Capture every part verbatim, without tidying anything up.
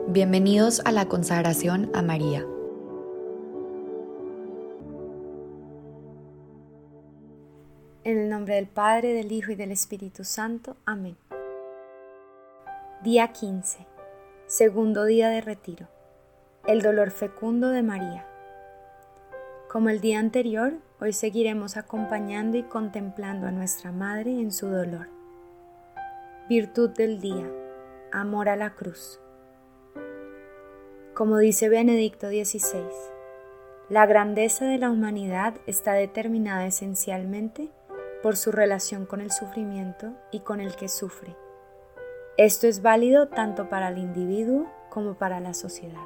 Bienvenidos a la consagración a María. En el nombre del Padre, del Hijo y del Espíritu Santo. Amén. Día quince. Segundo día de retiro. El dolor fecundo de María. Como el día anterior, hoy seguiremos acompañando y contemplando a nuestra Madre en su dolor. Virtud del día. Amor a la cruz. Como dice Benedicto dieciséis, la grandeza de la humanidad está determinada esencialmente por su relación con el sufrimiento y con el que sufre. Esto es válido tanto para el individuo como para la sociedad.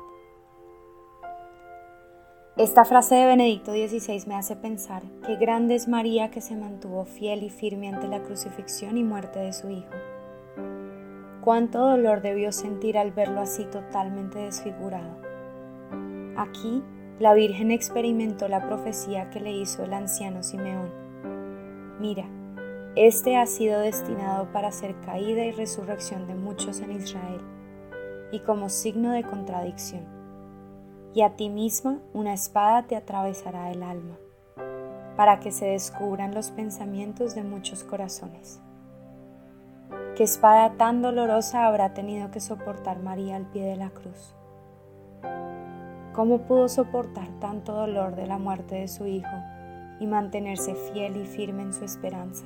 Esta frase de Benedicto dieciséis me hace pensar qué grande es María, que se mantuvo fiel y firme ante la crucifixión y muerte de su Hijo. Cuánto dolor debió sentir al verlo así totalmente desfigurado. Aquí, la Virgen experimentó la profecía que le hizo el anciano Simeón. Mira, este ha sido destinado para ser caída y resurrección de muchos en Israel, y como signo de contradicción. Y a ti misma una espada te atravesará el alma, para que se descubran los pensamientos de muchos corazones. ¿Qué espada tan dolorosa habrá tenido que soportar María al pie de la cruz? ¿Cómo pudo soportar tanto dolor de la muerte de su Hijo y mantenerse fiel y firme en su esperanza?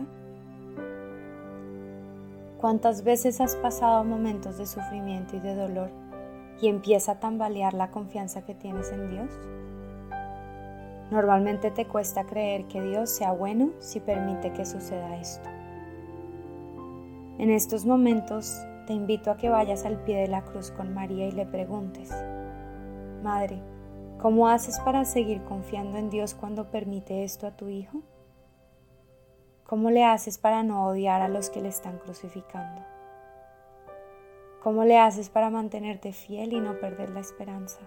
¿Cuántas veces has pasado momentos de sufrimiento y de dolor y empieza a tambalear la confianza que tienes en Dios? Normalmente te cuesta creer que Dios sea bueno si permite que suceda esto. En estos momentos te invito a que vayas al pie de la cruz con María y le preguntes: Madre, ¿cómo haces para seguir confiando en Dios cuando permite esto a tu Hijo? ¿Cómo le haces para no odiar a los que le están crucificando? ¿Cómo le haces para mantenerte fiel y no perder la esperanza?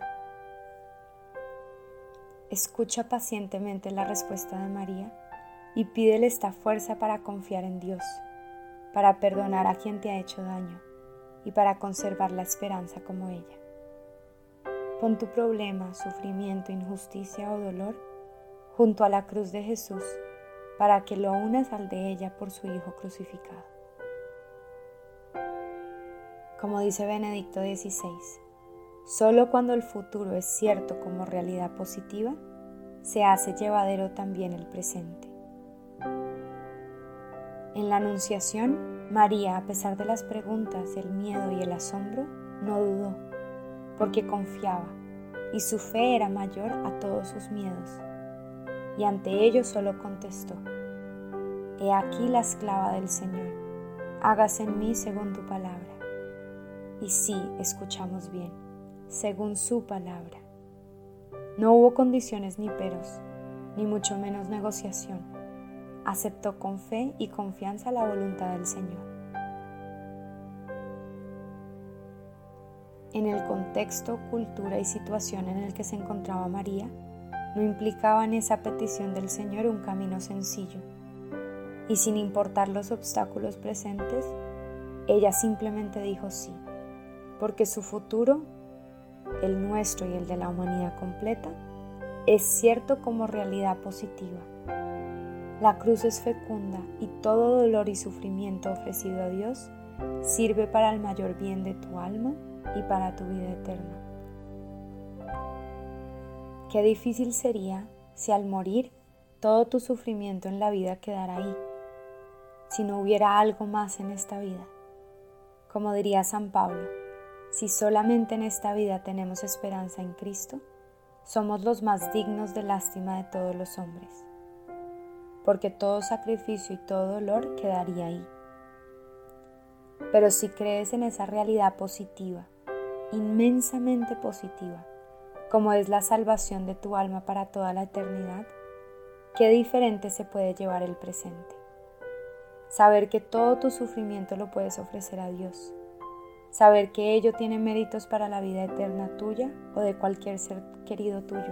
Escucha pacientemente la respuesta de María y pídele esta fuerza para confiar en Dios, para perdonar a quien te ha hecho daño y para conservar la esperanza como ella. Pon tu problema, sufrimiento, injusticia o dolor junto a la cruz de Jesús para que lo unas al de ella por su Hijo crucificado. Como dice Benedicto dieciséis, solo cuando el futuro es cierto como realidad positiva, se hace llevadero también el presente. En la Anunciación, María, a pesar de las preguntas, el miedo y el asombro, no dudó, porque confiaba, y su fe era mayor a todos sus miedos. Y ante ello solo contestó: He aquí la esclava del Señor, hágase en mí según tu palabra. Y sí, escuchamos bien, según su palabra. No hubo condiciones ni peros, ni mucho menos negociación. Aceptó con fe y confianza la voluntad del Señor. En el contexto, cultura y situación en el que se encontraba María, no implicaba en esa petición del Señor un camino sencillo, y sin importar los obstáculos presentes, ella simplemente dijo sí, porque su futuro, el nuestro y el de la humanidad completa, es cierto como realidad positiva. La cruz es fecunda y todo dolor y sufrimiento ofrecido a Dios sirve para el mayor bien de tu alma y para tu vida eterna. Qué difícil sería si al morir todo tu sufrimiento en la vida quedara ahí, si no hubiera algo más en esta vida. Como diría San Pablo, si solamente en esta vida tenemos esperanza en Cristo, somos los más dignos de lástima de todos los hombres, porque todo sacrificio y todo dolor quedaría ahí. Pero si crees en esa realidad positiva, inmensamente positiva, como es la salvación de tu alma para toda la eternidad, qué diferente se puede llevar el presente. Saber que todo tu sufrimiento lo puedes ofrecer a Dios. Saber que ello tiene méritos para la vida eterna tuya o de cualquier ser querido tuyo.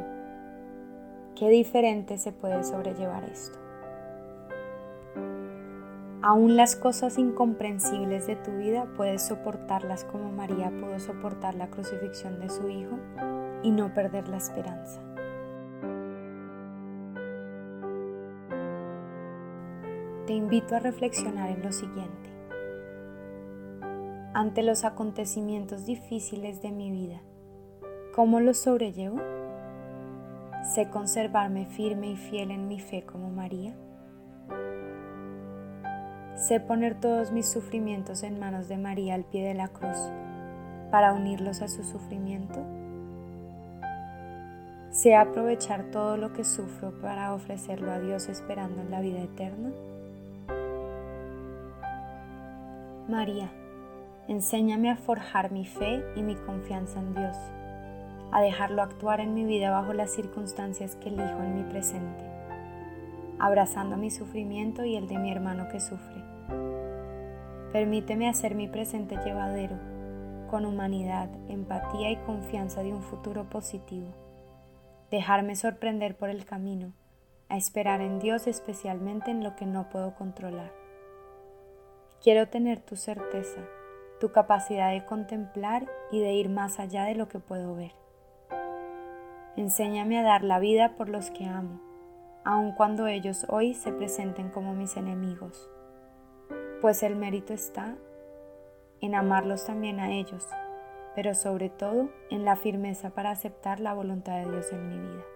Qué diferente se puede sobrellevar esto. Aún las cosas incomprensibles de tu vida puedes soportarlas como María pudo soportar la crucifixión de su Hijo y no perder la esperanza. Te invito a reflexionar en lo siguiente. Ante los acontecimientos difíciles de mi vida, ¿cómo los sobrellevo? ¿Sé conservarme firme y fiel en mi fe como María? ¿Sé poner todos mis sufrimientos en manos de María al pie de la cruz para unirlos a su sufrimiento? ¿Sé aprovechar todo lo que sufro para ofrecerlo a Dios esperando en la vida eterna? María, enséñame a forjar mi fe y mi confianza en Dios, a dejarlo actuar en mi vida bajo las circunstancias que elijo en mi presente, abrazando mi sufrimiento y el de mi hermano que sufre. Permíteme hacer mi presente llevadero, con humanidad, empatía y confianza de un futuro positivo. Dejarme sorprender por el camino, a esperar en Dios especialmente en lo que no puedo controlar. Quiero tener tu certeza, tu capacidad de contemplar y de ir más allá de lo que puedo ver. Enséñame a dar la vida por los que amo, aun cuando ellos hoy se presenten como mis enemigos, pues el mérito está en amarlos también a ellos, pero sobre todo en la firmeza para aceptar la voluntad de Dios en mi vida.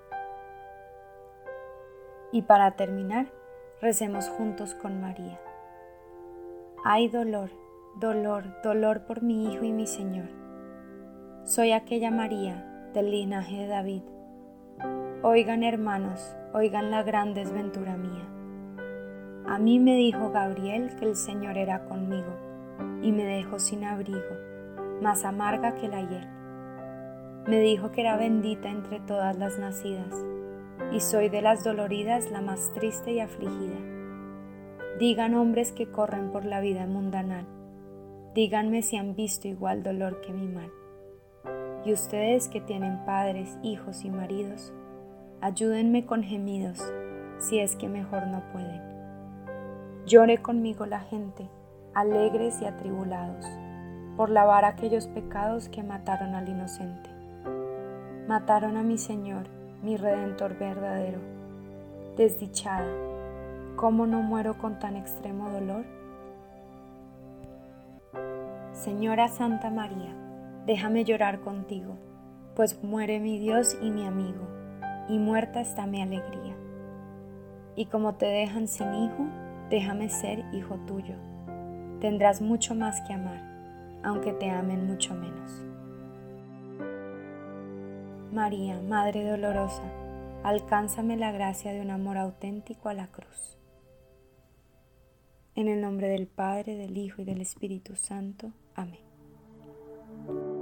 Y para terminar, recemos juntos con María. Ay, dolor, dolor, dolor por mi Hijo y mi Señor. Soy aquella María del linaje de David. Oigan, hermanos, oigan la gran desventura mía. A mí me dijo Gabriel que el Señor era conmigo, y me dejó sin abrigo, más amarga que la hiel. Me dijo que era bendita entre todas las nacidas, y soy de las doloridas la más triste y afligida. Digan hombres que corren por la vida mundanal, díganme si han visto igual dolor que mi mal. Y ustedes que tienen padres, hijos y maridos, ayúdenme con gemidos, si es que mejor no pueden. Llore conmigo la gente, alegres y atribulados, por lavar aquellos pecados que mataron al inocente. Mataron a mi Señor, mi Redentor verdadero. Desdichada, ¿cómo no muero con tan extremo dolor? Señora Santa María, déjame llorar contigo, pues muere mi Dios y mi amigo, y muerta está mi alegría. Y como te dejan sin hijo, déjame ser hijo tuyo. Tendrás mucho más que amar, aunque te amen mucho menos. María, Madre dolorosa, alcánzame la gracia de un amor auténtico a la cruz. En el nombre del Padre, del Hijo y del Espíritu Santo. Amén.